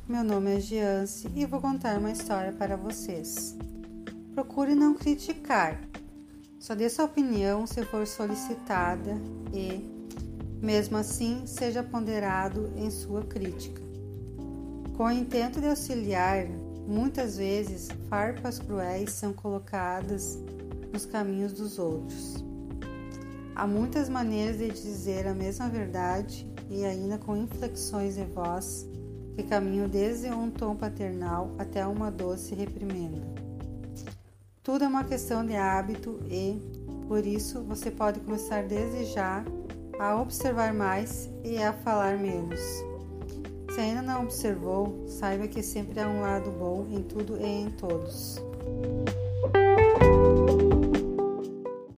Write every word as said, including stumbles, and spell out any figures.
meu nome é Giance e vou contar uma história para vocês. Procure não criticar, só dê sua opinião se for solicitada e, mesmo assim, seja ponderado em sua crítica. Com o intento de auxiliar, muitas vezes farpas cruéis são colocadas nos caminhos dos outros. Há muitas maneiras de dizer a mesma verdade e ainda com inflexões de voz que caminham desde um tom paternal até uma doce reprimenda. Tudo é uma questão de hábito e, por isso, você pode começar desde já a observar mais e a falar menos. Se ainda não observou, saiba que sempre há um lado bom em tudo e em todos.